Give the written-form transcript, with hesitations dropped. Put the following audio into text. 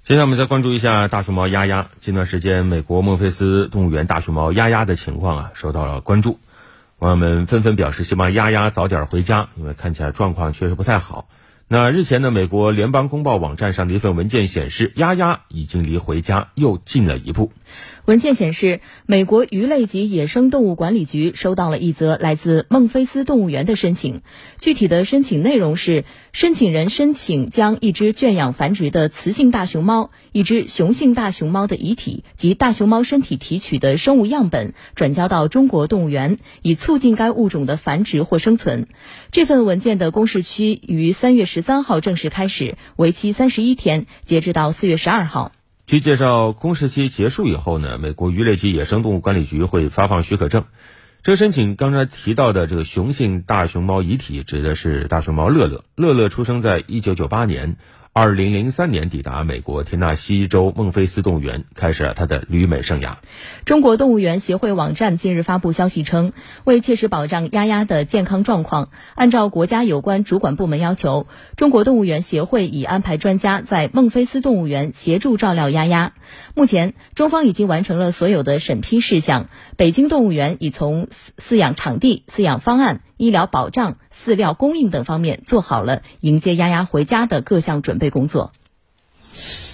接下来我们再关注一下大熊猫丫丫。近段时间，美国孟菲斯动物园大熊猫丫丫的情况受到了关注，网友们纷纷表示希望丫丫早点回家，因为看起来状况确实不太好。那日前呢，美国联邦公报网站上的一份文件显示，丫丫已经离回家又近了一步。 文件显示，美国鱼类及野生动物管理局收到了一则来自孟菲斯动物园的申请。具体的申请内容是，申请人申请将一只圈养繁殖的雌性大熊猫、一只雄性大熊猫的遗体及大熊猫身体提取的生物样本转交到中国动物园，以促进该物种的繁殖或生存。这份文件的公示期于3月13号正式开始，为期31天，截止到4月12号。 据介绍，公示期结束以后呢，美国鱼类及野生动物管理局会发放许可证。这个申请刚才提到的这个雄性大熊猫遗体指的是大熊猫乐乐。乐乐出生在1998年，2003年抵达美国田纳西州孟菲斯动物园，开始了他的旅美生涯。 中国动物园协会网站近日发布消息称，为切实保障丫丫的健康状况，按照国家有关主管部门要求，中国动物园协会已安排专家在孟菲斯动物园协助照料丫丫。目前，中方已经完成了所有的审批事项，北京动物园已从饲养场地、饲养方案、医疗保障、饲料供应等方面做好了迎接丫丫回家的各项准备工作。